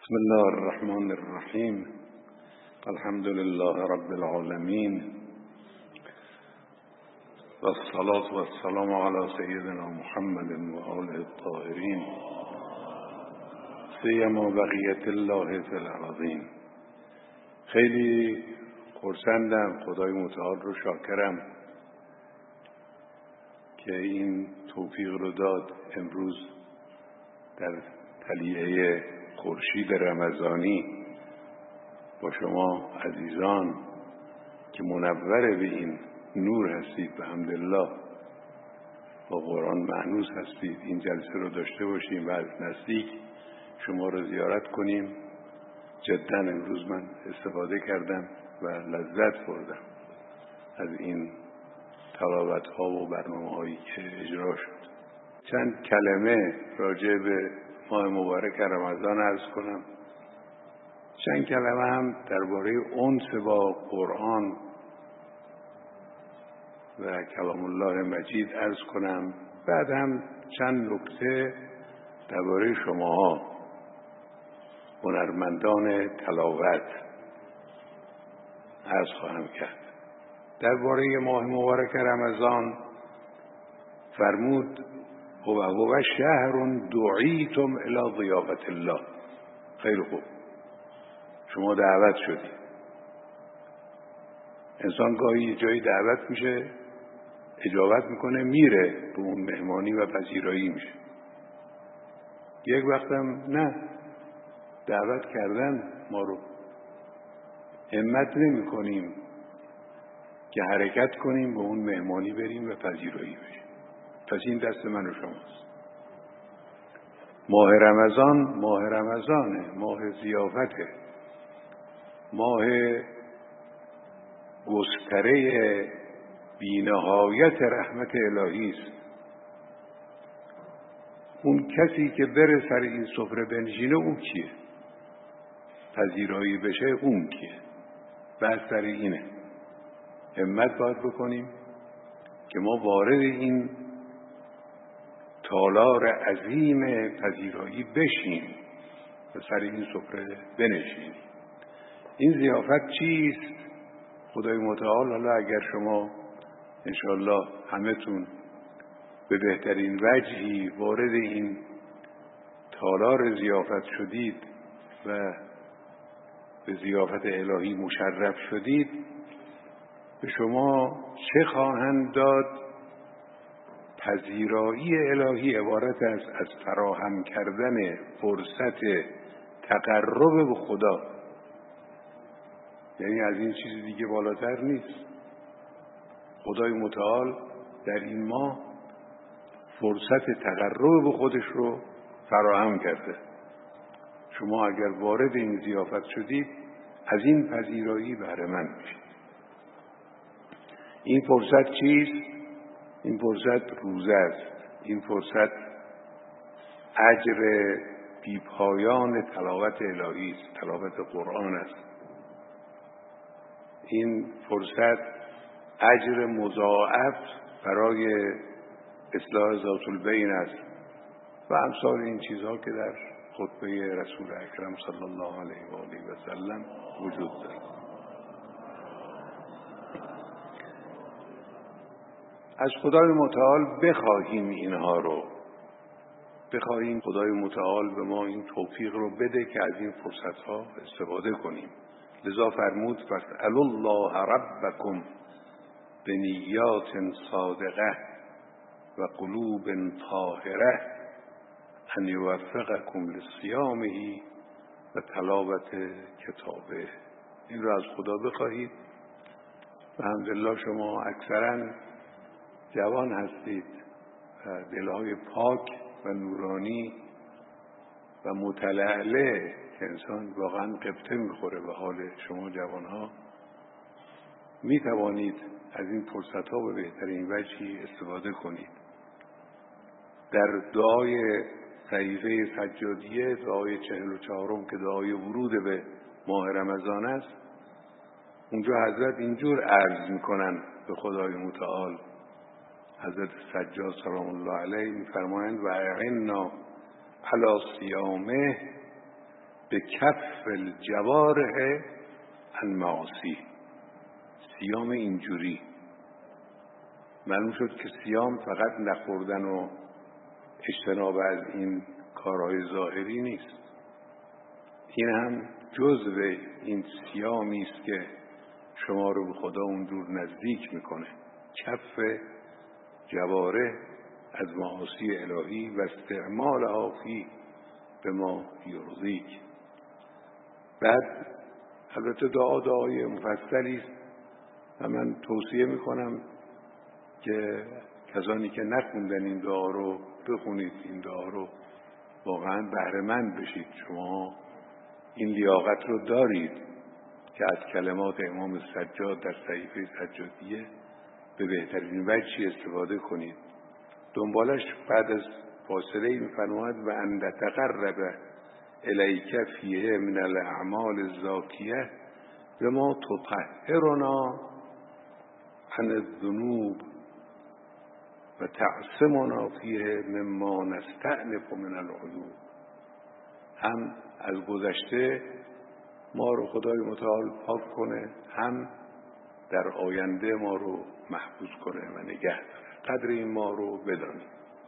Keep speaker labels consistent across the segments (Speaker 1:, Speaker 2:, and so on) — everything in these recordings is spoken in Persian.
Speaker 1: بسم الله الرحمن الرحیم. الحمد لله رب العالمین و الصلاة و السلام علی سیدنا محمد و آله الطاهرین سیما بقیت الله فی الارضین. خیلی خرسندم، خدای متعال رو شاکرم که این توفیق رو داد امروز در طلیعه خورشید رمضانی با شما عزیزان که منور به این نور هستید، به حمدالله با قرآن مأنوس هستید، این جلسه رو داشته باشیم و از نزدیک شما رو زیارت کنیم. جدا امروز من استفاده کردم و لذت بردم از این تلاوت ها و برنامه هایی که اجرا شد. چند کلمه راجع به ماه مبارک رمضان عرض کنم، چند کلمه هم درباره انس با قرآن و کلام الله مجید عرض کنم. بعد هم چند نکته درباره شماها هنرمندان تلاوت عرض خواهم کرد. درباره ماه مبارک رمضان فرمود هو شهر دعیتم الی ضیافة الله. خیلی خوب، شما دعوت شدید. انسان گاهی جایی دعوت میشه، اجابت میکنه، میره به اون مهمانی و پذیرایی میشه. یک وقتم نه، دعوت کردن ما رو، همت نمی کنیم که حرکت کنیم به اون مهمانی بریم و پذیرایی بشیم. پس این دست من و شماست. ماه رمضانه، ماه ضیافته، ماه گستره بی‌نهایت رحمت الهی است. اون کسی که بره سر این سفره بنشینه اون کیه؟ پذیرایی بشه اون کیه؟ بس سر اینه همت باید بکنیم که ما وارد این تالار عظیم پذیرایی بشیم و سر این سفره بنشینیم. این ضیافت چیست؟ خدای متعال حالا اگر شما انشاءالله همتون به بهترین وجهی وارد این تالار ضیافت شدید و به ضیافت الهی مشرف شدید، به شما چه خواهند داد؟ پذیرایی الهی عبارت است از فراهم کردن فرصت تقرب به خدا. یعنی از این چیز دیگه بالاتر نیست. خدای متعال در این ماه فرصت تقرب به خودش رو فراهم کرده. شما اگر وارد این ضیافت شدید از این پذیرایی بهره مند میشید. این فرصت چیست؟ این فرصت روزه است. این فرصت اجر بی‌پایان تلاوت الهی است، تلاوت قرآن است. این فرصت اجر مضاعف برای اصلاح ذات البین است و امثال این چیزها که در خطبه رسول اکرم صلی الله علیه و آله و سلم وجود دارد. از خدای متعال بخواهیم اینها رو، بخواهیم خدای متعال به ما این توفیق رو بده که از این فرصتها استفاده کنیم. لذا فرمود فاسألوا الله ربکم بنیات صادقه و قلوب طاهره ان یوفقکم لصیامه و تلاوت کتابه. این رو از خدا بخواهید. و الحمدلله شما اکثرا جوان هستید و دلهای پاک و نورانی و متلألع که انسان واقعا قبطه میخوره به حال شما جوانها. می توانید از این فرصت ها به بهترین وجهی استفاده کنید. در دعای صحیفه سجادیه، دعای 44 که دعای ورود به ماه رمضان است، اونجا حضرت اینجور عرض میکنن به خدای متعال. حضرت سجاد سلام الله علیه میفرمایند و اعنا علی صیامه به کف الجوارح عن معاصی. صیام اینجوری معلوم شد که صیام فقط نخوردن و اجتناب از این کارهای ظاهری نیست. این هم جزء این صیامی است که شما رو به خدا اونجور نزدیک میکنه. کف جوارح از معاصی الهی و استعمال آفی به ما یرضیک. بعد البته دعای مفصلی است و من توصیه میکنم که کسانی که نخوندن این دعا رو بخونید. این دعا رو واقعا بهره مند بشید. شما این لیاقت رو دارید که از کلمات امام سجاد در صحیفه سجادیه به بهترین وجهی استفاده کنید. دنبالش بعد از فاصله میفرماید و ان تقرب الیک فیه من الاعمال الزاکیه بما تطهرنا عن الذنوب و تعصمنا فیه مما نستأنف من العیوب. هم از گذشته ما رو خدای متعال پاک کنه، هم در آینده ما رو محفوظ کنه و نگه داره. قدر این ما رو بدانیم.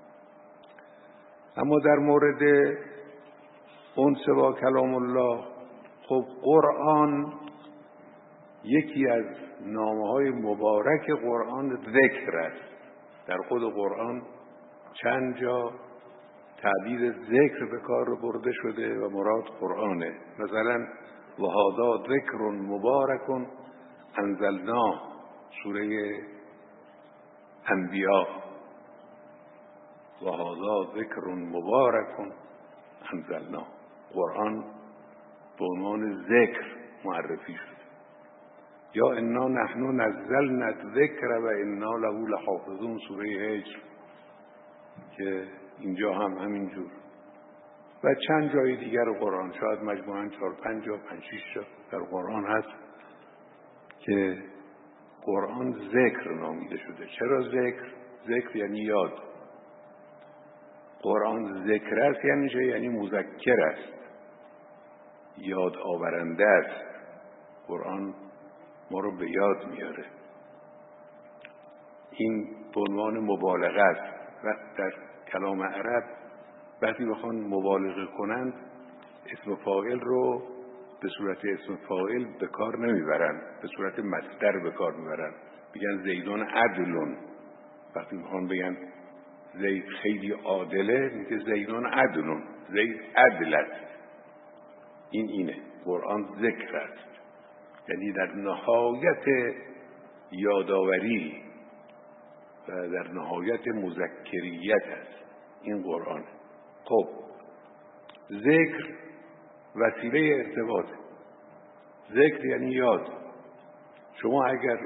Speaker 1: اما در مورد انس با کلام الله، خب قرآن یکی از نامه‌های مبارک قرآن ذکر است. در خود قرآن چند جا تعبیر ذکر به کار برده شده و مراد قرآنه. مثلا و هذا ذکر مبارک انزلناه، سوره انبیاء. و هذا ذکر مبارک انزلناه، قرآن به عنوان ذکر معرفی شده. یا انا نحن نزلنا الذکر و انا له لحافظون، سوره هجر که اینجا هم همینجور و چند جای دیگر قرآن، شاید مجموعاً 4-5 جا 5-6 جا در قرآن هست که قرآن ذکر نامیده شده. چرا ذکر؟ ذکر یعنی یاد. قرآن ذکر است یعنی چه؟ یعنی مذکر است، یاد آورنده است. قرآن ما رو به یاد میاره. این به عنوان مبالغه است. وقت در کلام عرب وقتی بخوان مبالغه کنند اسم فاعل رو به صورت اسم فاعل به کار نمیبرن، به صورت مصدر به کار میبرن. بگن زیدون عدلون. وقتی میخوان بگن زید خیلی عادله، میگه زیدون عدلون، زید عدل است. اینه قرآن ذکر است، یعنی در نهایت یادآوری و در نهایت مذکریت است این قرآن. خب ذکر وسیله ارتباط. ذکر یعنی یاد. شما اگر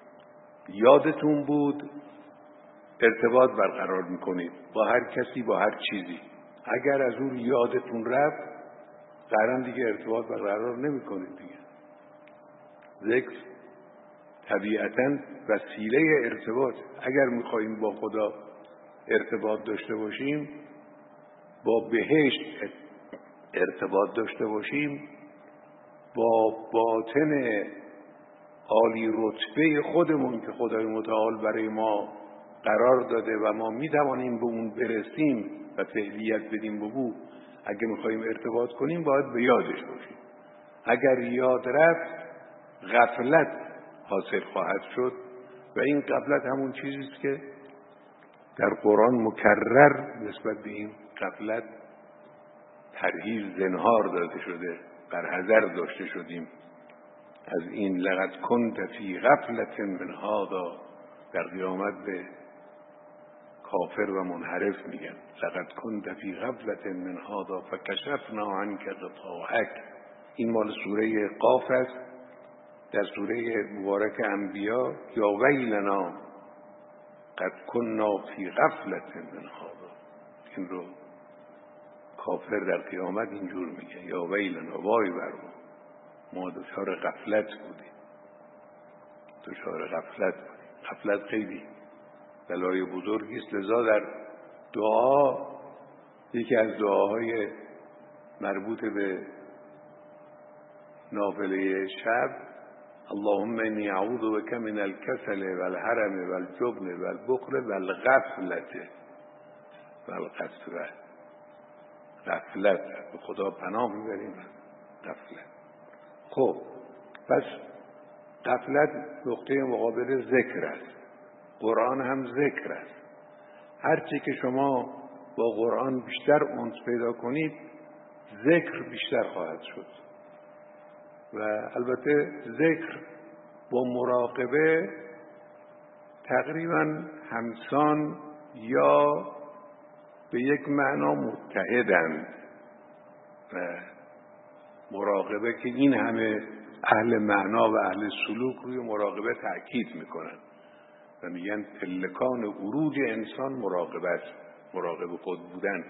Speaker 1: یادتون بود ارتباط برقرار میکنید با هر کسی، با هر چیزی. اگر از اون یادتون رفت قرار دیگه ارتباط برقرار نمیکنید دیگه. ذکر طبیعتاً وسیله ارتباط. اگر میخواییم با خدا ارتباط داشته باشیم، با بهشت ارتباط داشته باشیم، با باطن عالی رتبه خودمون که خدای متعال برای ما قرار داده و ما میتوانیم به اون برسیم و فعلیت بدیم به او، اگه میخواییم ارتباط کنیم باید به یادش باشیم. اگر یاد رفت غفلت حاصل خواهد شد و این غفلت همون چیزیست که در قرآن مکرر نسبت به این غفلت ترهیب زنهار داده شده. بر حذر داشته شدیم از این. لقد کنت فی غفلة من هذا، در قیامت به کافر و منحرف میگن لقد کنت فی غفلة من هذا فکشفنا عنک غطاءک. این مال سوره قاف است. در سوره مبارک انبیاء یا ویلنا قد کننا فی غفلة من هذا، این رو کافر در قیامت اینجور میگه یا ویلنا، وای بر ما دچار غفلت بودیم، دچار غفلت بودیم. غفلت خیلی بلای بزرگی است. لذا در دعا، یکی از دعاهای مربوط به نافله شب اللهم انی اعوذ بک من الکسل و الهرم و الجبن و البخل و الغفلت غفلت به خدا پناه میبریم. غفلت. خب پس غفلت نقطه مقابل ذکر است. قرآن هم ذکر است. هرچی که شما با قرآن بیشتر انس پیدا کنید ذکر بیشتر خواهد شد و البته ذکر با مراقبه تقریبا همسان یا به یک معنا متحدند و مراقبه که این همه اهل معنا و اهل سلوک روی مراقبه تأکید میکنن و میگن پلکان عروج انسان مراقبه است، مراقب خود بودن.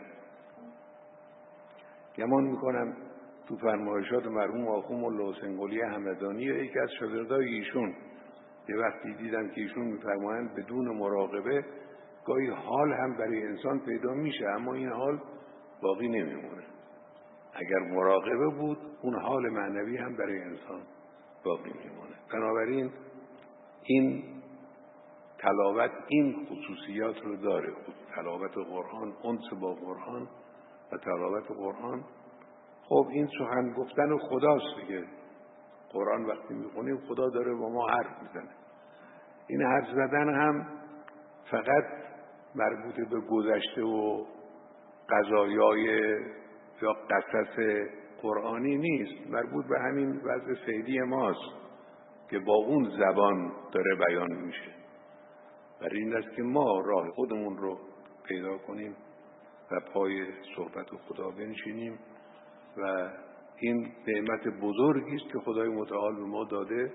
Speaker 1: گمان میکنم تو فرمایشات مرحوم آخوند ملا حسین قلی همدانی یا یکی از شاگردای ایشون یه وقتی دیدم که ایشون میفرمایند بدون مراقبه گاهی حال هم برای انسان پیدا میشه اما این حال باقی نمیمونه. اگر مراقبه بود اون حال معنوی هم برای انسان باقی میمونه. بنابراین این تلاوت این خصوصیات رو داره. تلاوت قرآن، انس با قرآن و تلاوت قرآن. خب این سخن گفتن خداست دیگه. قرآن وقتی میخونیم خدا داره با ما حرف میزنه. این حرف زدن هم فقط مربوط به گذشته و قضایای یا قصص قرآنی نیست، مربوط به همین وضع فعلی ماست که با اون زبان داره بیان میشه. برای این است که ما راه خودمون رو پیدا کنیم و پای صحبت خدا بنشینیم و این نعمت بزرگی است که خدای متعال به ما داده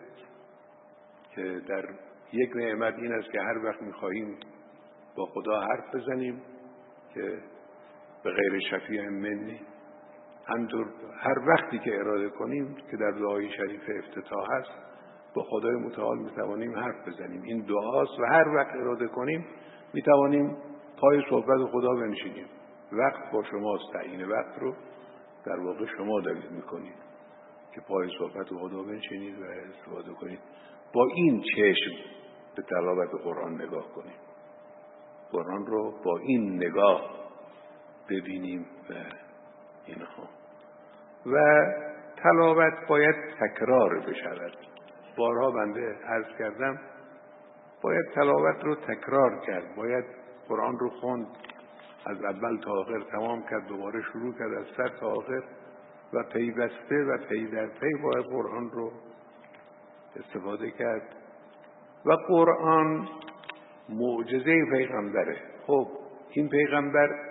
Speaker 1: که در یک نعمت این است که هر وقت می‌خواهیم با خدا حرف بزنیم که به غیر شفیع منی، همطور هر وقتی که اراده کنیم که در دعای شریف افتتاح هست با خدای متعال میتوانیم حرف بزنیم. این دعاست و هر وقت اراده کنیم میتوانیم پای صحبت خدا بنشینیم. وقت با شماست، تعیین وقت رو در واقع شما دارید میکنید که پای صحبت خدا بنشینید و استفاده کنید. با این چشم به تلاوت قرآن نگاه کنیم، قرآن رو با این نگاه ببینیم و اینها. و تلاوت باید تکرار بشود. بارها بنده عرض کردم باید تلاوت رو تکرار کرد، باید قرآن رو خوند از اول تا آخر، تمام کرد، دوباره شروع کرد از سر تا آخر و پیوسته و پی در پی باید قرآن رو استفاده کرد. و قرآن معجزه پیغمبره. خب این پیغمبر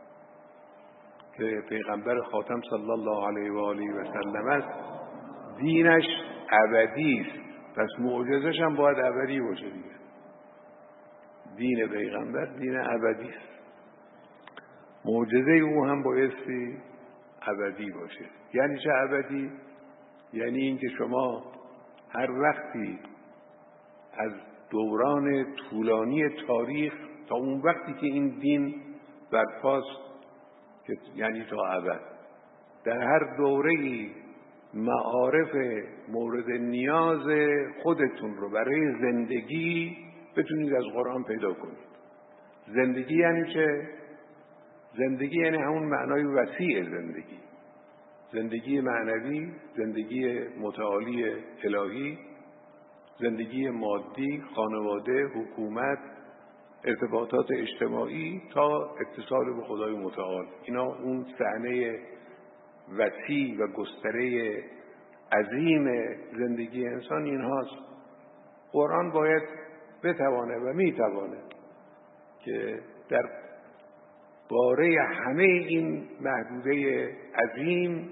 Speaker 1: که پیغمبر خاتم صلی الله علیه و آله و سلم است دینش ابدی است، پس معجزش هم باید ابدی باشه دیگه. دین پیغمبر دین ابدی است، معجزه او هم بایستی ابدی باشه. یعنی چه ابدی؟ یعنی این که شما هر وقتی از دوران طولانی تاریخ تا اون وقتی که این دین برپاست، یعنی تا ابد، در هر دوره‌ای معارف مورد نیاز خودتون رو برای زندگی بتونید از قرآن پیدا کنید. زندگی یعنی چه؟ زندگی یعنی همون معنای وسیع زندگی، زندگی معنوی، زندگی متعالی الهی، زندگی مادی، خانواده، حکومت، ارتباطات اجتماعی تا اتصال به خدای متعال. اینا اون صحنه وسیع و گستره عظیم زندگی انسان اینهاست. قرآن باید بتوانه و میتوانه که در باره همه این محدوده عظیم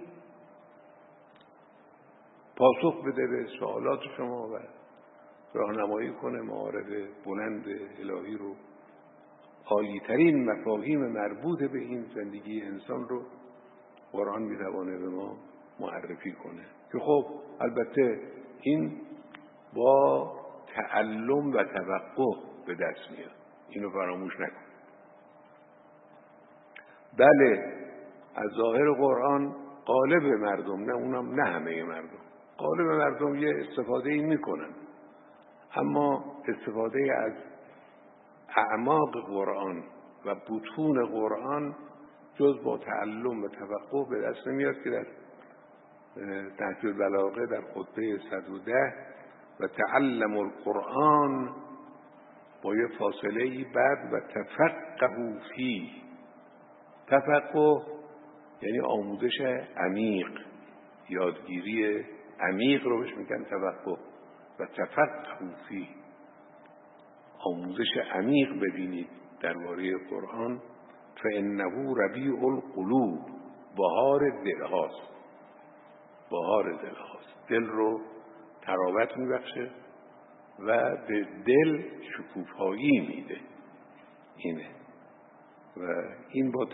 Speaker 1: پاسخ بده به سوالات شما و راهنمایی کنه معارف بلند الهی رو، عالی‌ترین مفاهیم مربوط به این زندگی انسان رو قرآن میتوانه به ما معرفی کنه که خب البته این با تعلم و توقع به دست میاد، اینو فراموش نکن. بله از ظاهر قرآن غالب مردم، نه اونم نه همه مردم، غالب مردم یه استفاده ای میکنن، اما استفاده از اعماق قرآن و بطون قرآن جز با تعلم و تفقه به دست نمیاد که در نهج البلاغه در خطبه 110 و تعلم القرآن با یه فاصله ای بعد و تفقهوا فیه. تفقه یعنی آموزش عمیق، یادگیری عمیق رو بهش میگن تفقه. و تفقهوا فیه، آموزش عمیق ببینید درباره قرآن. فانه ربیع القلوب، بهار دلهاست، بهار دلهاست، دل رو تراوت میبخشه و به دل شکوفایی میده. اینه و این با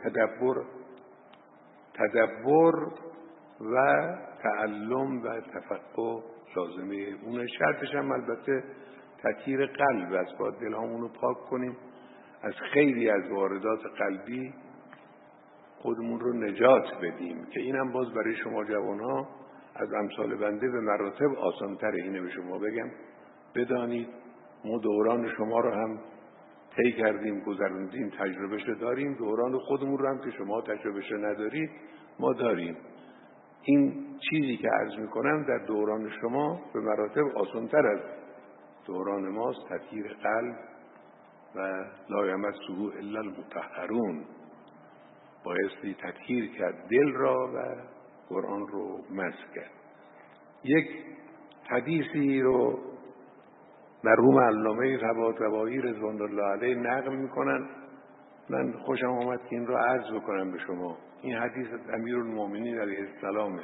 Speaker 1: تدبر و تعلم و تفقه لازمه. اون شرطش هم البته تطهیر قلب است. باید دلهامون رو پاک کنیم از خیلی از واردات قلبی، خودمون رو نجات بدیم، که اینم باز برای شما جوانها از امثال بنده به مراتب آسان‌تره. اینه به شما بگم بدانید، ما دوران شما رو هم طی کردیم، گذروندیم، تجربهشو داریم، دوران خودمون رو هم که شما تجربهشو ندارید ما داریم. این چیزی که عرض میکنم در دوران شما به مراتب آسان‌تر از دوران ماست. تطهیر قلب و لا یمسه الا المطهرون، بایستی تطهیر کرد دل را و قرآن رو مس کرد. یک حدیثی رو مرحوم علامه طباطبایی رضوان الله علیه نقل میکنن. من خوشم آمد که این رو عرض بکنم به شما. این حدیث امیرالمومنین علیه السلامه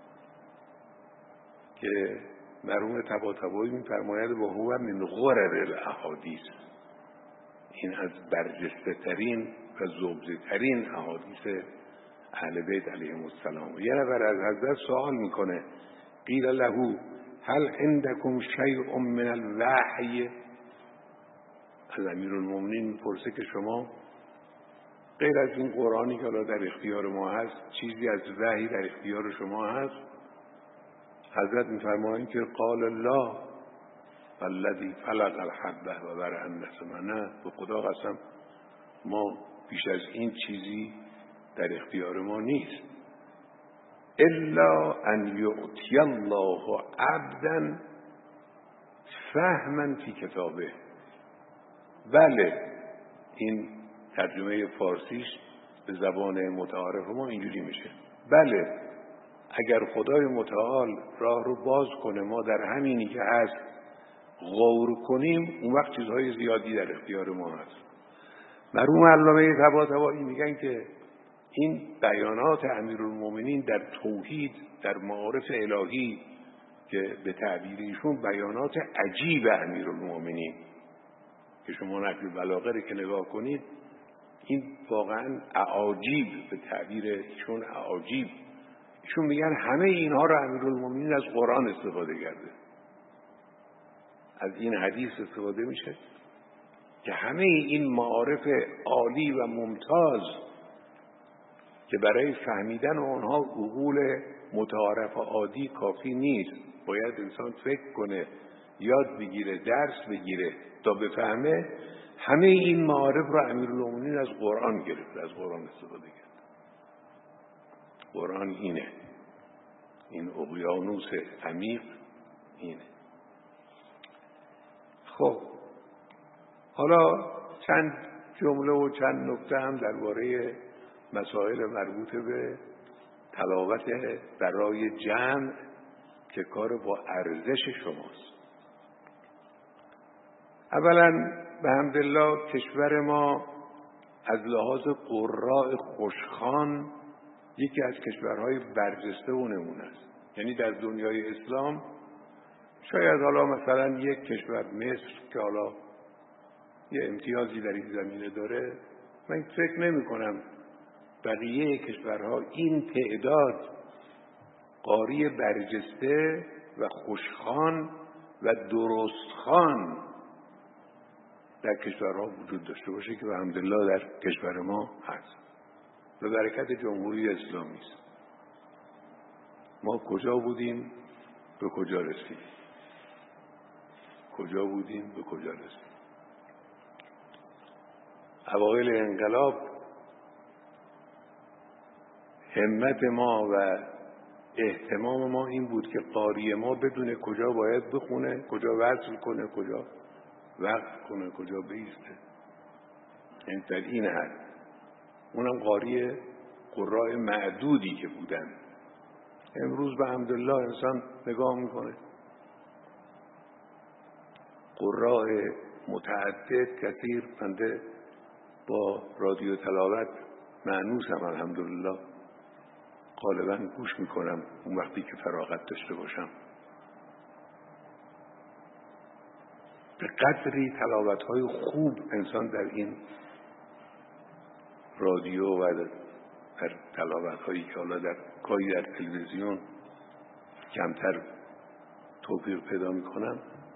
Speaker 1: که مرحوم طباطبایی میفرماید و هو من غرر الاحادیث، این از برجسته ترین و زبده ترین احادیث اهل بیت علیهم السلام. یه نفر از حضرت سوال میکنه، قیل له هل عندکم شیء من الوحی؟ از امیرالمومنین میپرسه که شما غیر از این قرآنی که الان در اختیار ما هست چیزی از وحی در اختیار شما هست؟ حضرت میفرمایند که قال الله والذی فلق الحبه و برأ النسمه، به خدا قسم ما بیش از این چیزی در اختیار ما نیست. الا ان یؤتی الله عبدا فهما فی کتابه. بله، این ترجمه فارسیش به زبان متعارف ما اینجوری میشه. بله، اگر خدای متعال راه رو باز کنه ما در همینی که هست غور کنیم، اون وقت چیزهای زیادی در اختیار ما هست. مرحوم علامه طباطبایی میگن که این بیانات امیرالمومنین در توحید، در معارف الهی، که به تعبیر ایشون بیانات عجیب امیرالمومنین، که شما نقل بلاغه رو که نگاه کنید، این واقعا اعاجیب، به تعبیر ایشون اعاجیب. ایشون میگن همه اینها رو امیرالمومنین از قرآن استفاده کرده، از این حدیث استفاده میشه که همه این معارف عالی و ممتاز که برای فهمیدن آنها عقول متعارف عادی کافی نیست، باید انسان فکر کنه، یاد بگیره، درس بگیره تا بفهمه. همه این معارف رو امیرالمومنین از قرآن گرفته، از قرآن استفاده کرد. قرآن اینه، این اقیانوس عمیق اینه. خب حالا چند جمله و چند نکته هم درباره مسائل مربوط به تلاوت برای جمع که کار با ارزش شماست. اولا به حمدالله کشور ما از لحاظ قراء خوشخوان یکی از کشورهای برجسته و نمونه است. یعنی در دنیای اسلام شاید حالا مثلا یک کشور مصر که حالا یه امتیازی در این زمینه داره، من فکر نمی کنم بقیه کشورها این تعداد قاری برجسته و خوشخوان و درستخوان در کشورها وجود داشته باشه که به حمدالله در کشور ما هست، به برکت جمهوری اسلامی است. ما کجا بودیم به کجا رسیم، کجا بودیم به کجا رسیم. اوایل انقلاب همت ما و اهتمام ما این بود که قاری ما بدونه کجا باید بخونه، کجا وصل کنه، کجا وقف کنه، کجا بیسته. این در این حد. اونم قاری قراء معدودی که بودن. امروز به حمدالله انسان نگاه میکنه قراء متعدد کثیر. بنده با رادیو تلاوت مانوسم الحمدلله، غالبا گوش میکنم اون وقتی که فراغت داشته باشم. به قدری تلاوت‌های خوب انسان در این رادیو و در تلاوت‌هایی که حالا در گاهی در تلویزیون کمتر توفیق پیدا میکنم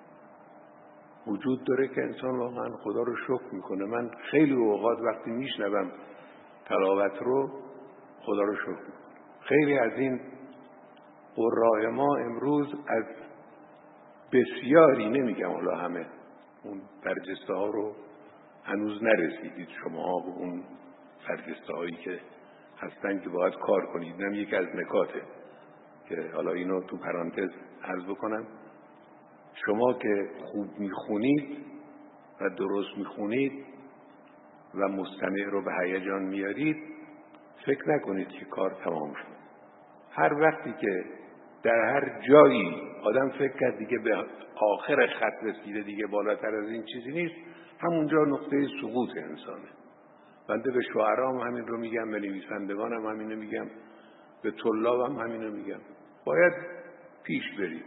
Speaker 1: وجود داره که انسان واقعا خدا رو شکر میکنه. من خیلی اوقات وقتی میشنوم تلاوت رو خدا رو شکر میکنم. خیلی از این قراء ما امروز از بسیاری، نمیگم حالا همه، اون برجسته ها رو هنوز نرسیدید شما به اون برجسته هایی که هستن که باید کار کنید. اینم یکی از نکاته که حالا اینو تو پرانتز عرض بکنم. شما که خوب میخونید و درست میخونید و مستمع رو به هیجان میارید، فکر نکنید که کار تمام شد. هر وقتی که در هر جایی آدم فکر کرد دیگه به آخر خط رسیده، دیگه بالاتر از این چیزی نیست، همونجا نقطه سقوط انسانه. بنده به شاعرام همین رو میگم، به نویسندگانم همینو میگم، به طلابم همینو میگم. باید پیش برید،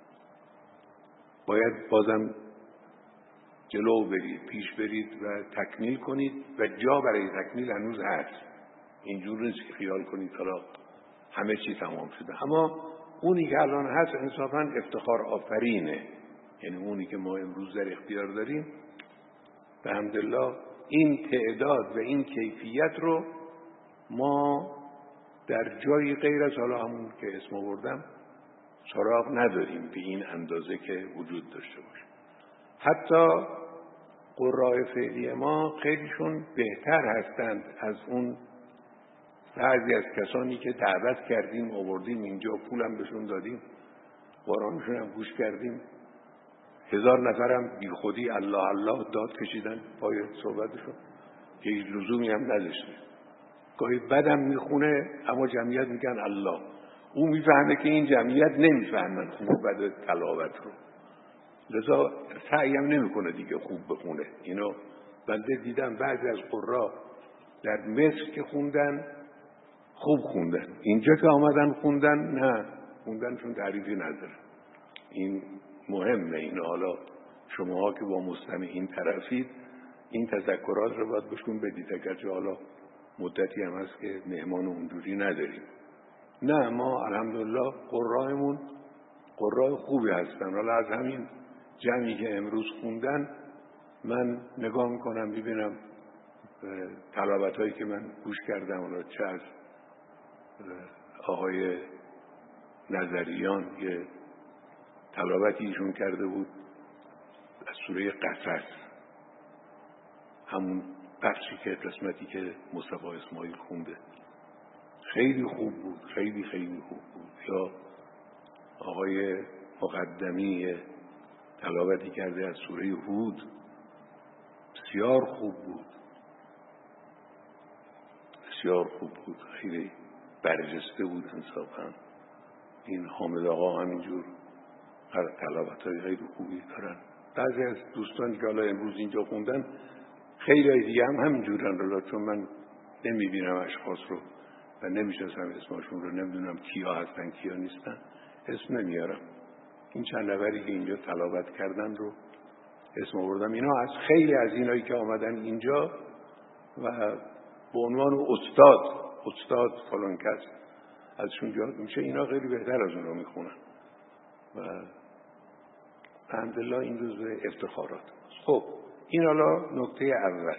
Speaker 1: باید بازم جلو برید، پیش برید و تکمیل کنید و جا برای تکمیل هنوز هست. اینجور نیست که خیال کنید حالا همه چی تمام شده. اما اونی که الان هست انصافاً افتخار آفرینه. یعنی اونی که ما امروز در اختیار داریم به حمدالله این تعداد و این کیفیت رو ما در جایی غیر از حالا همون که اسم آوردم سراغ نداریم به این اندازه که وجود داشته باشه. حتی قراء فعلی ما خیلیشون بهتر هستند از اون بعضی از کسانی که دعوت کردیم آوردیم اینجا، پولم بهشون دادیم، قرآنشون هم گوش کردیم، 1000 نفرم بی خودی الله الله داد کشیدن پای صحبتشون که هیچ لزومی هم نداشته. گاهی بدم میخونه اما جمعیت میگن الله. او میفهمه که این جمعیت نمیفهمن خوب و بد تلاوت رو، لذا سعیم نمیکنه دیگه خوب بخونه. اینو بنده دیدم بعضی از قرا در مصر که خوندن خوب خوندن، اینجا که آمدن خوندن نه، خوندنشون تعریفی نداره. این مهمه. این حالا شماها که با مستمعین طرفید این تذکرات رو باید بهشون بدید، اگرچه حالا مدتی هم هست که مهمان اونجوری نداریم. نه، ما الحمدلله قرائمون قراء خوبی هستن. حالا از همین جمعی که امروز خوندن من نگاه میکنم ببینم تلاوت هایی که من گوش کردم، حالا چه از آقای نظریان که تلاوتی ایشون کرده بود از سوره قصص، همون بخشی که قسمتی که مصطفی اسماعیل خونده، خیلی خوب بود، خیلی خیلی خوب بود. یا آقای مقدمی تلاوتی کرده از سوره هود، بسیار خوب بود، بسیار خوب بود، خیلی برجسته بود انصافا. این حامد آقا همینجور هر تلاوت‌های خیلی خوبی دارن. بعضی از دوستان که حالا امروز اینجا خوندن خیلی دیگه هم همینجورن، چون من نمیبینم اشخاص رو و نمیشناسم اسمشون رو، نمیدونم کیا هستن کیا نیستن، اسم نمیارم. این چند نفری که اینجا تلاوت کردن رو اسم آوردم. اینا از خیلی از اینایی که آمدن اینجا و به عنوان استاد فلان کس ازشون یاد میشه، اینا خیلی بهتر از اونا میخونن و الحمدلله این روز افتخارات. خب این حالا نکته اول.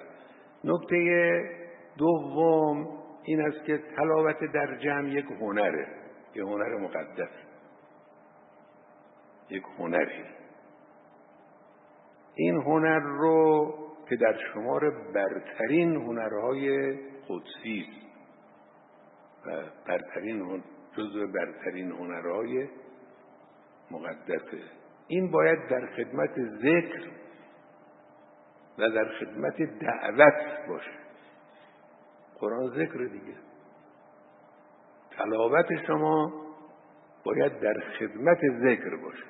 Speaker 1: نکته دوم این است که تلاوت در جمع یک هنره. یه هنر مقدس، یک هنری. این هنر رو که در شمار برترین هنرهای قدسی است و جزو برترین هنرهای مقدسه، این باید در خدمت ذکر و در خدمت دعوت باشه. قرآن ذکر دیگه، تلاوت شما باید در خدمت ذکر باشه.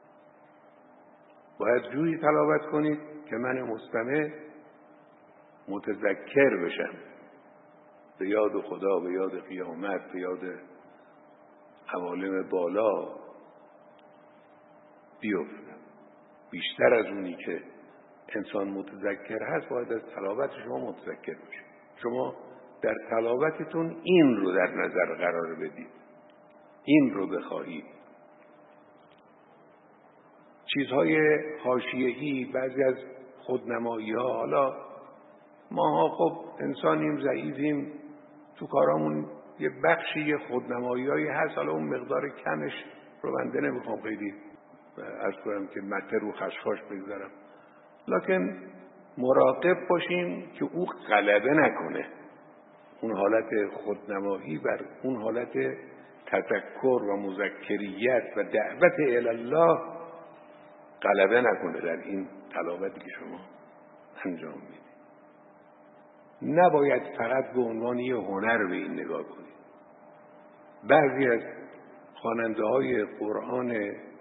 Speaker 1: باید جوری تلاوت کنید که من مستمع متذکر بشم، به یاد خدا، به یاد قیامت، به یاد عوالم بالا بیفتم. بیشتر از اونی که انسان متذکر هست باید از تلاوت شما متذکر بشه. شما در تلاوتتون این رو در نظر قرار بدید، این رو بخواهید. چیزهای حاشیه‌ای، بعضی از خودنمایی‌ها، حالا ماها خب انسانیم، ضعیفیم، تو کارامون یه بخشی خودنمایی‌هایی هست، حالا اون مقدار کمش رو بنده نمیخوام خیلی عرض کنم که مته رو خشخاش بگذارم، لکن مراقب باشیم که او غلبه نکنه، اون حالت خودنمایی بر اون حالت تذکر و مذکریت و دعوت الله غلبه نکنه در این تلاوتی که شما انجام میدید. نباید فقط به عنوان یه هنر به این نگاه کنید. بعضی از خواننده های قرآن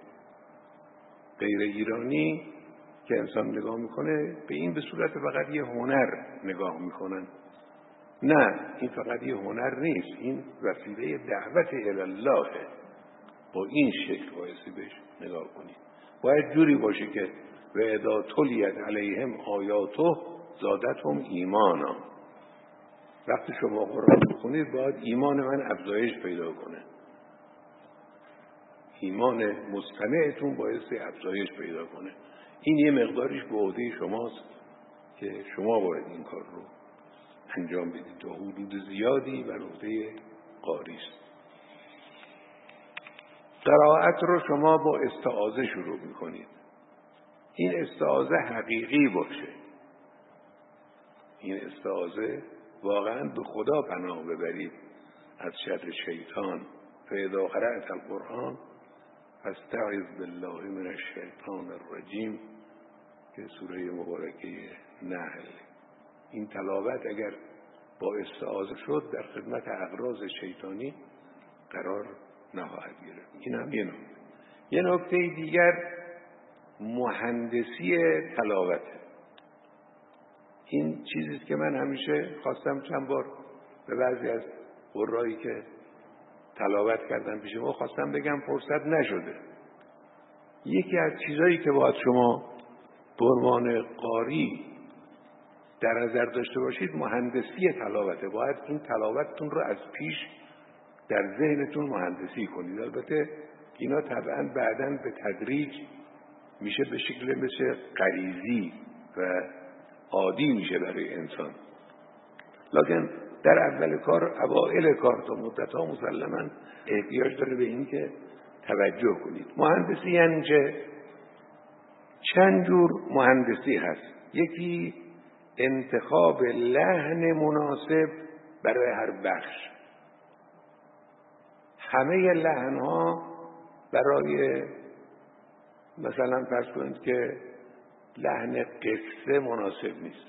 Speaker 1: غیر ایرانی که انسان نگاه میکنه به این به صورت فقط یه هنر نگاه میکنن. نه، این فقط یه هنر نیست، این وسیله دعوت الله. با این شکل بایستی بهش نگاه کنید. باید جوری باشه که و اذا تلیت علیهم آیاته زادتهم ایمانا. وقتی شما قرآن میخونید باید ایمان من افزایش پیدا کنه، ایمان مستمعتون بایستی افزایش پیدا کنه. این یه مقداریش به عهده شماست که شما باید این کار رو انجام بدید. تا حدود زیادی بر عهده قاری است. قرائت رو شما با استعاذه شروع میکنید. این استعاذه حقیقی باشه. این استعاذه واقعا به خدا پناه ببرید از شر شیطان. فاذا قرأت القرآن فاستعذ بالله من الشیطان الرجیم که سوره مبارکه نحل. این تلاوت اگر با استعاذه شد در خدمت اغراض شیطانی قرار نخواهد گرفت. این هم یه نکته. یه نکته دیگر مهندسی تلاوته. این چیزیست که من همیشه خواستم چند بار به بعضی از قرایی که تلاوت کردن پیش ما خواستم بگم، فرصت نشده. یکی از چیزایی که باید شما به عنوان قاری در نظر داشته باشید مهندسی تلاوته. باید این تلاوتتون رو از پیش در ذهنتون مهندسی کنید. البته اینا طبعا بعداً به تدریج میشه به شکل مثل غریزی و عادی میشه برای انسان، لکن در اول کار، اوائل کار تا مدت‌ها مسلماً احتیاج داره به این که توجه کنید. مهندسی یعنی چند جور مهندسی هست. یکی انتخاب لحن مناسب برای هر بخش. همه لحن‌ها برای مثلا فرض کنید که لحن قصه مناسب نیست،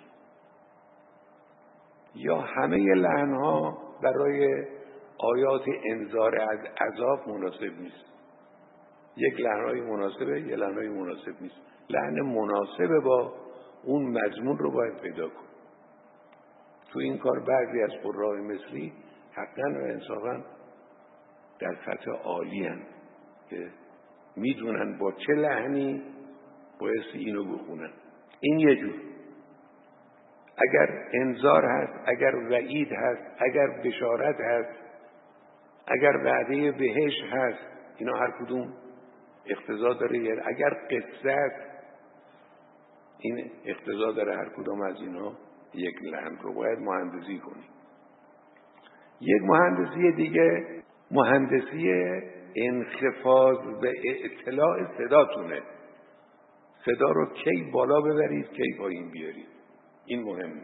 Speaker 1: یا همه لحن‌ها برای آیات انذار از عذاب مناسب نیست. یک لحن‌های مناسبه، یک لحن‌های مناسب نیست. لحن مناسب با اون مضمون رو باید پیدا کن. تو این کار بعضی از قراء مصری حقاً و انصافاً در سطح عالی هستند که میدونن با چه لحنی بایستی اینو بخونن. این یه جور. اگر انذار هست، اگر وعید هست، اگر بشارت هست، اگر وعده بهشت هست، اینا هر کدوم اقتضا داره. اگر قصه هست، این اقتضا داره هر کدوم از اینا یک لحن رو باید مهندسی کنی. یک مهندسی دیگه مهندسی انخفاض و اطلاع صداتونه. صدا رو کی بالا ببرید، کی پایین بیارید، این مهمه.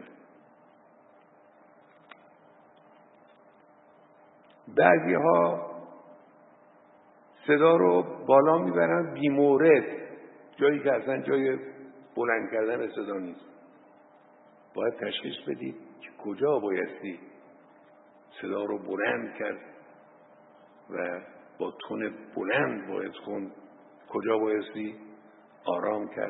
Speaker 1: بعضی ها صدا رو بالا میبرن بی‌مورد، جایی که اصلا جای بلند کردن صدا نیست. باید تشخیص بدید که کجا بایستی صدا رو بلند کرد و با تون بلند باید خوند، کجا بایستی آرام کرد.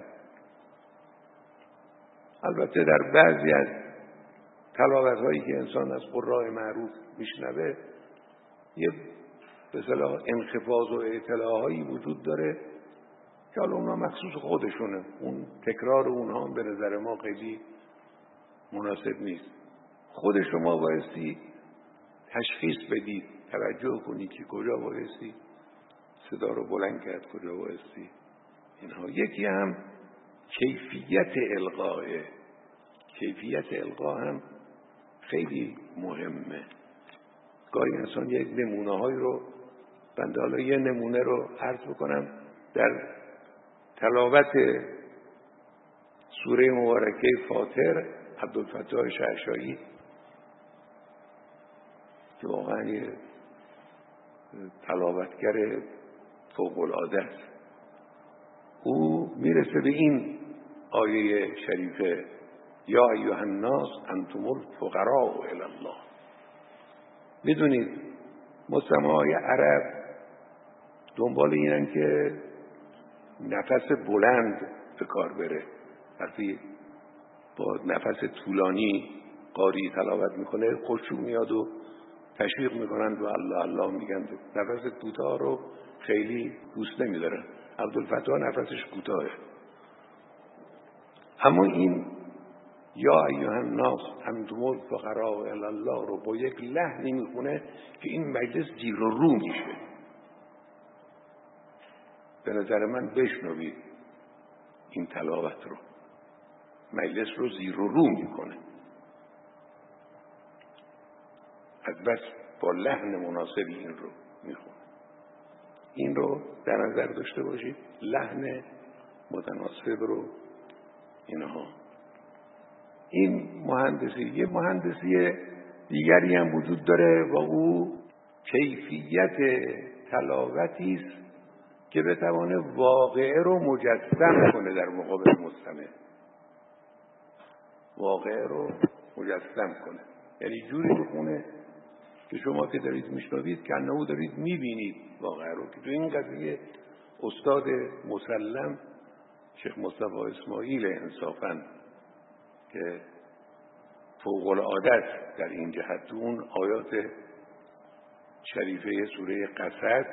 Speaker 1: البته در بعضی از تلاوت هایی که انسان از قراء معروف میشنوه یه به اصطلاح انخفاض و اعتلاع هایی وجود داره که حالا اونا مخصوص خودشونه، اون تکرار اونها هم به نظر ما خیلی مناسب نیست. خود شما بایستی تشخیص بدید، توجه کنید که کجا بایستی صدا رو بلند کرد، کجا بایستی اینها. یکی هم کیفیت القاه. کیفیت القا هم خیلی مهمه. گاهی انسان یک نمونه هایی رو، بنده حالا یه نمونه رو عرض بکنم در تلاوت سوره مبارکه فاطر عبدالفتاح شعشاعی که واقعا یه تلاوتگر فوق العاده است، او میرسه به این آیه شریفه یا ایها الناس انتم الفقراء الی الله. میدونید مستمعای عرب دنبال اینن که نفس بلند به کار بره. وقتی با نفس طولانی قاری تلاوت میکنه خشوع میاد و تشویق میکنن و الله الله میگن. نفس کوتاه رو خیلی دوست نمیدارن. عبدالفتاح نفسش کوتاهه، اما این یا ایها الناس انتم الفقراء الی الله رو با یک لحنی میخونه که این مجلس زیر و رو میشه. به نظر من بشنوید این تلاوت رو، مجلس رو زیر و رو میکنه، از بس با لحن مناسبی این رو میخونه. این رو در نظر داشته باشید، لحن متناسب رو اینها. این مهندسی. یه مهندسی دیگری هم وجود داره و او کیفیت تلاوتی است که بتوانه واقعه رو مجسم کنه در مقابل مستمع. واقعه رو مجسم کنه، یعنی جوری بخونه که شما که دارید میشنوید که انه دارید میبینید واقعه رو. که تو این قضیه استاد مسلم شیخ مصطفی اسماعیل انصافاً که فوق العاده در این جهت، تو اون آیات شریفه سوره قصص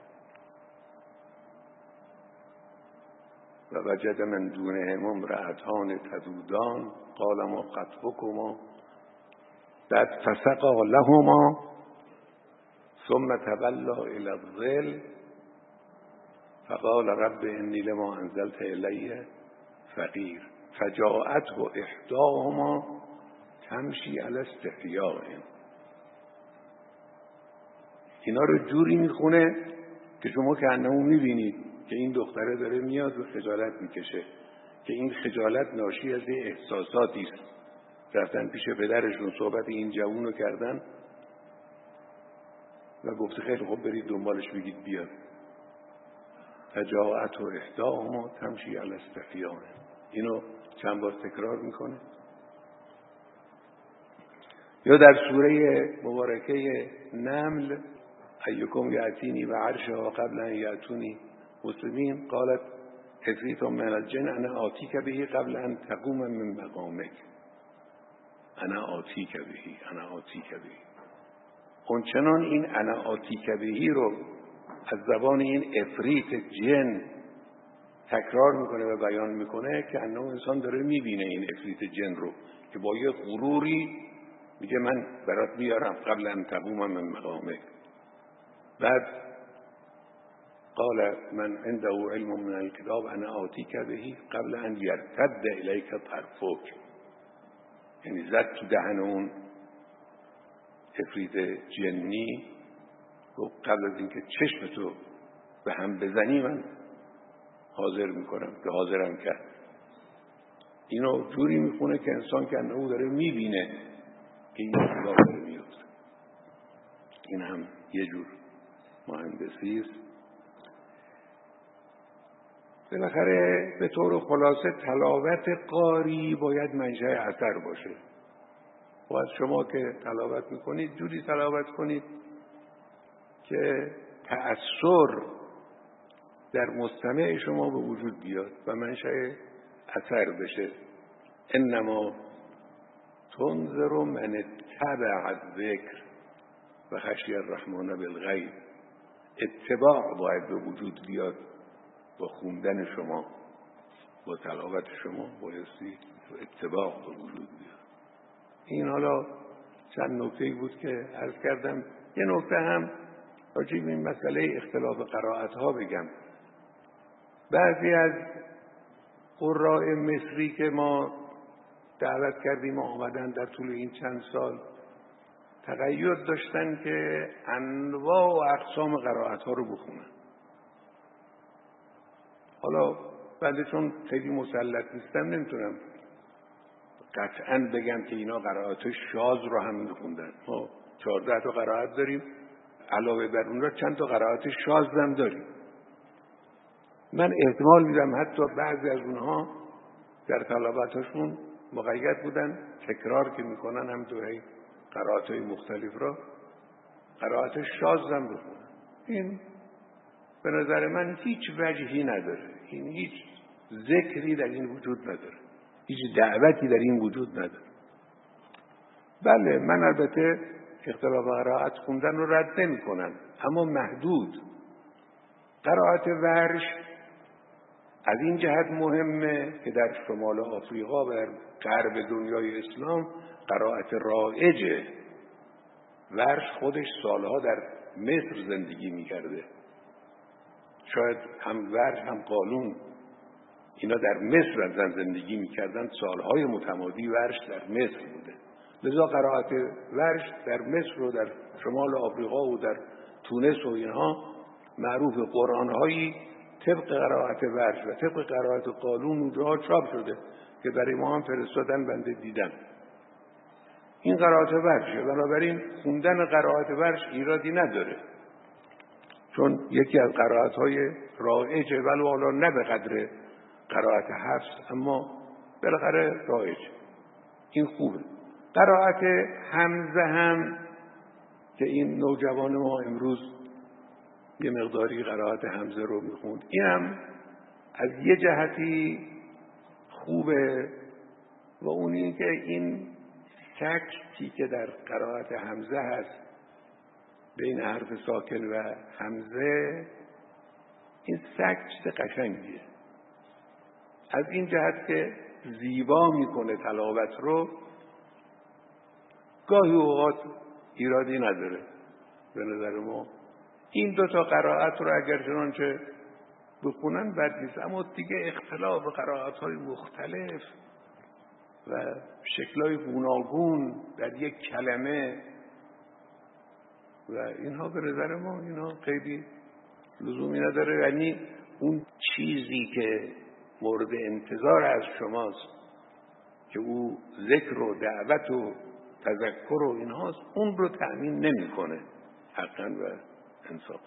Speaker 1: و وجد من دونهم امرأتان تذودان قال ما خطبكما، بعد فسقا لهما ثم تولى الى الظل فقال رب انی لما انزلت الی فقیر فجاءته احداهما تمشی علی استحیاء. اینا رو جوری میخونه که شما که انه میبینید که این دختره داره میاد و خجالت میکشه، که این خجالت ناشی از احساساتی است. رفتن پیش پدرشون صحبت این جوون رو کردن و گفته خیلی خوب برید دنبالش بگید بیاد. فجاءته احداهما تمشی علی استحیاء. اینو چند بار تکرار میکنه. یا در سوره مبارکه نمل ایکم یأتینی و عرشها قبل ان یأتونی مسلمین قالت عفریت من الجن انا آتیک بهی قبل ان تقوم من مقامک. انا آتیک بهی، انا آتیک بهی. اون چنان این انا آتیک بهی رو از زبان این عفریت جن تکرار میکنه و بیان میکنه که انه انسان داره میبینه این عفریت جن رو که با یه غروری میگه من برات میارم قبل ان تقوم من مقامک. بعد قال من عنده علم من الكتاب انا آتیک بهی قبل ان یرتد الیک طرفک. یعنی زد تو دهن اون عفریت جنی گفت قبل از اینکه چشمتو به هم بزنی من حاضر میکنم، که حاضرم کرد. اینو جوری میخونه که انسان که انه داره میبینه که این اتفاق داره میفته. این هم یه جور مهندسی است. بالاخره به طور خلاصه تلاوت قاری باید منشأ اثر باشه. و از شما که تلاوت میکنید جوری تلاوت کنید که تأثیر در مستمع شما به وجود بیاد و منشأ اثر بشه. انما تنذر من اتبع الذکر و خشی الرحمن بالغیب. اتباع باید به وجود بیاد با خوندن شما، با تلاوت شما بایستی اتباع به وجود بیاد. این حالا چند نکته‌ای بود که عرض کردم. یه نکته هم راجع به این مسئله اختلاف قرائت ها بگم. بعضی از قراء مصری که ما دعوت کردیم و آمدن در طول این چند سال تقید داشتن که انواع و اقسام قرائت ها رو بخونن. حالا بنده چون خیلی مسلط نیستم نمیتونم قطعاً بگم که اینا قرائت شاذ رو هم میخوندن. ما 14 تا قرائت داریم، علاوه بر اون را چند تا قرائت شاذ هم داریم. من احتمال میدم حتی بعضی از اونها در تلاوتاشون مقید بودن، تکرار که میکنن هم دوره قرائت‌های مختلف را قرائت شاذ هم بخونن. این به نظر من هیچ وجهی نداره. این هیچ ذکری در این وجود نداره، هیچ دعوتی در این وجود نداره. بله من البته اختلاف قرائت خوندن رو رد نمی کنم، اما محدود. قرائت ورش از این جهت مهمه که در شمال آفریقا و در غرب دنیای اسلام قرائت رایجه. ورش خودش سالها در مصر زندگی میکرده. شاید هم ورش هم قالون اینا در مصر زندگی میکردن، سالهای متمادی ورش در مصر بوده. لذا قرائت ورش در مصر و در شمال آفریقا و در تونس و اینها معروف. قرآنهایی طبق قرائت ورش و طبق قرائت قالون اونجا چاپ شده که برای ما هم فرستادن، بنده دیدم. این قرائت ورشه، بنابراین خوندن قرائت ورش ایرادی نداره، چون یکی از قرائت‌های رایجه، ولو حالا نه به قدر قرائت حفص، اما بالاخره رایج. این خوبه. قرائت حمزه هم که این نوجوان ما امروز یه مقداری قرائت حمزه رو میخوند، این هم از یه جهتی خوبه و اون این که این سکتی که در قرائت حمزه هست بین حرف ساکن و حمزه، این سکت قشنگیه. از این جهت که زیبا میکنه تلاوت رو، گاهی اوقات ایرادی نداره به نظر ما. این دو تا قرائت رو اگر چنانچه بخونن بد نیست، اما دیگه اختلاف قرائت‌های مختلف و شکل‌های گوناگون در یک کلمه و اینها به نظر ما اینها خیلی لزومی نداره. یعنی اون چیزی که مورد انتظار از شماست که او ذکر و دعوت و تذکر و اینهاست، اون رو تأمین نمی‌کنه حقاً و انصافاً.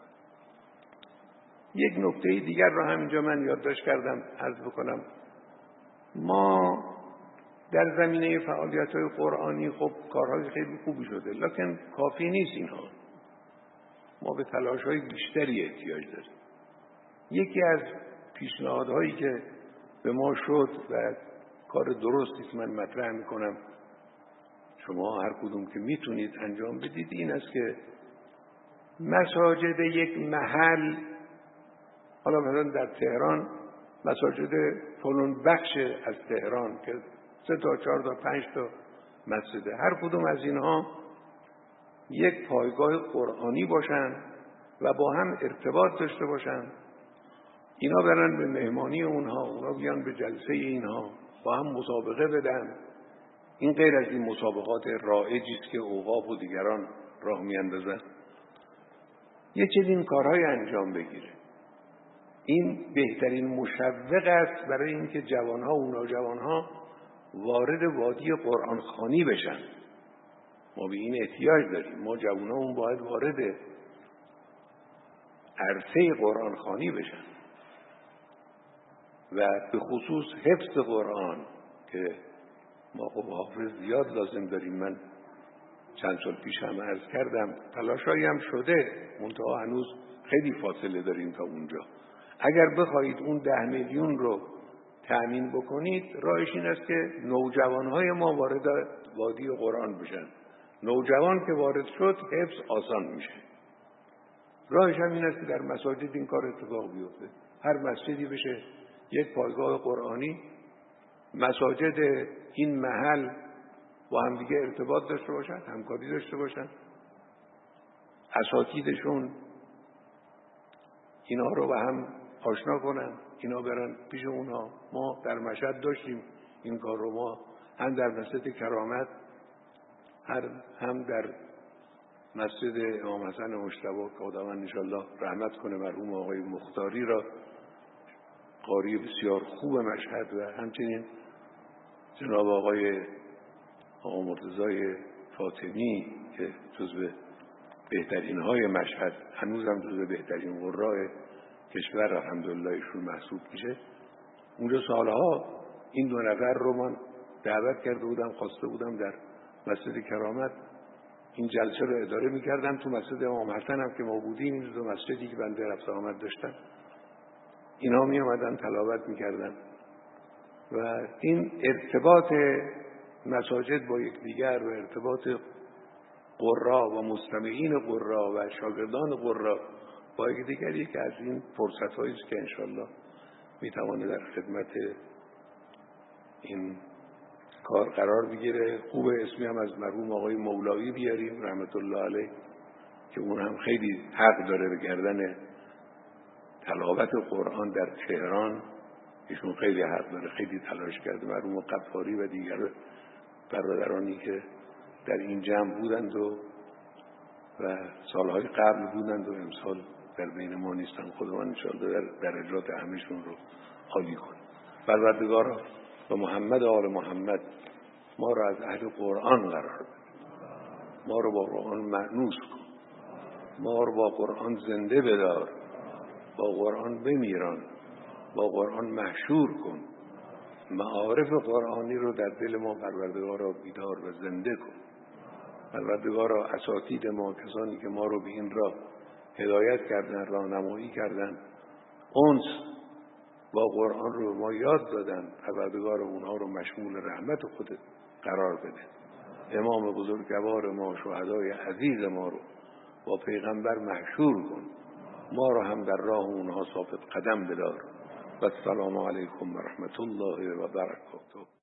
Speaker 1: یک نکته دیگر رو همینجا من یادداشت کردم عرض بکنم. ما در زمینه فعالیت‌های قرآنی خب کارهای خیلی خوبی شده، لکن کافی نیست اینها. ما به تلاش‌های بیشتری احتیاج داریم. یکی از پیشنهادهایی که به ما شد و کار درستی که من مطرح می‌کنم، شما هر کدوم که میتونید انجام بدید، این است که مساجد یک محل، حالا مثلا در تهران مساجد فلان بخش از تهران که 3 تا 4 تا 5 تا مسجده، هر کدوم از اینها یک پایگاه قرآنی باشن و با هم ارتباط داشته باشن. اینا برن به مهمانی اونها، اونا بیان به جلسه اینها، با هم مسابقه بدن. این غیر از این مسابقات رایجی است که اوقاف و دیگران راه میاندازن. یه چنین کارهای انجام بگیره. این بهترین مشوق است برای اینکه جوانها و نوجوانها وارد وادی قرآن خوانی بشن. ما به این احتیاج داریم. ما جوانامون باید وارد عرصه قرآن خوانی بشن و به خصوص حفظ قرآن که ما خب حافظ زیاد لازم داریم. من چند سال پیش هم عرض کردم تلاشایی هم شده، منتها هنوز خیلی فاصله داریم تا اونجا. اگر بخواهید اون 10 میلیون رو تأمین بکنید، راهش این است که نوجوانهای ما وارد وادی قرآن بشن. نوجوان که وارد شد حفظ آسان میشه. راهش هم این است که در مساجد این کار اتفاق بیفته. هر مسجدی بشه یک پایگاه قرآنی، مساجد این محل با هم دیگه ارتباط داشته باشن، همکاری داشته باشن، اساتیدشون اینا رو با هم آشنا کنن، اینا برن پیش اونها. ما در مشهد داشتیم این کار رو. ما هم در مسجد کرامت هم در مسجد امام حسن مجتبی که خداوند انشالله رحمت کنه مرحوم آقای مختاری را، قاری بسیار خوب مشهد، و همچنین جناب آقای مرتضی فاطمی که جزو بهترین های مشهد، هنوزم جزو بهترین قراء کشور الحمدلله ایشون محسوب میشه. اونجا سالها این 2 نفر رو من دعوت کرده بودم، خواسته بودم در مسجد کرامت این جلسه رو اداره میکردم. تو مسجد امام حسن هم که ما بودیم، این 2 مسجدی که بنده رفت آمد داشتن، اینا می اومدن تلاوت میکردن و این ارتباط مساجد با یکدیگر و ارتباط قرا و مستمعین قرا و شاگردان قرا با یکدیگر یکی از این فرصت‌هایی است که انشالله میتوانه در خدمت این کار قرار بگیره. خوب اسمی هم از مرحوم آقای مولایی بیاریم رحمت الله علیه که اون هم خیلی حق داره به گردن تلاوت قرآن در تهران. ایشون خیلی حق داره، خیلی تلاش کرده. مرحوم قفاری و دیگر برادرانی که در این جمع بودند و سالهای قبل بودند و امسال در بین ما نیستن، خداوند انشاءالله در درجات همشون رو عالی کنه. پروردگارا و محمد آل محمد ما را از اهل قرآن قرار بده، ما رو با قرآن مأنوس کن، ما رو با قرآن زنده بدار، با قرآن بمیران، با قرآن محشور کن. معارف قرآنی رو در دل ما پروردگارا بیدار و زنده کن. پروردگارا اساتید ما، کسانی که ما رو به این راه هدایت کردن، راهنمایی کردن، انس با قرآن رو ما یاد دادن، پروردگارا اونها رو مشمول رحمت خودت قرار بده. امام بزرگوار ما، شهدای عزیز ما رو با پیغمبر محشور کن. ما رو هم در راه اونها ثابت قدم بدار. و السلام علیکم و رحمت الله و برکاته.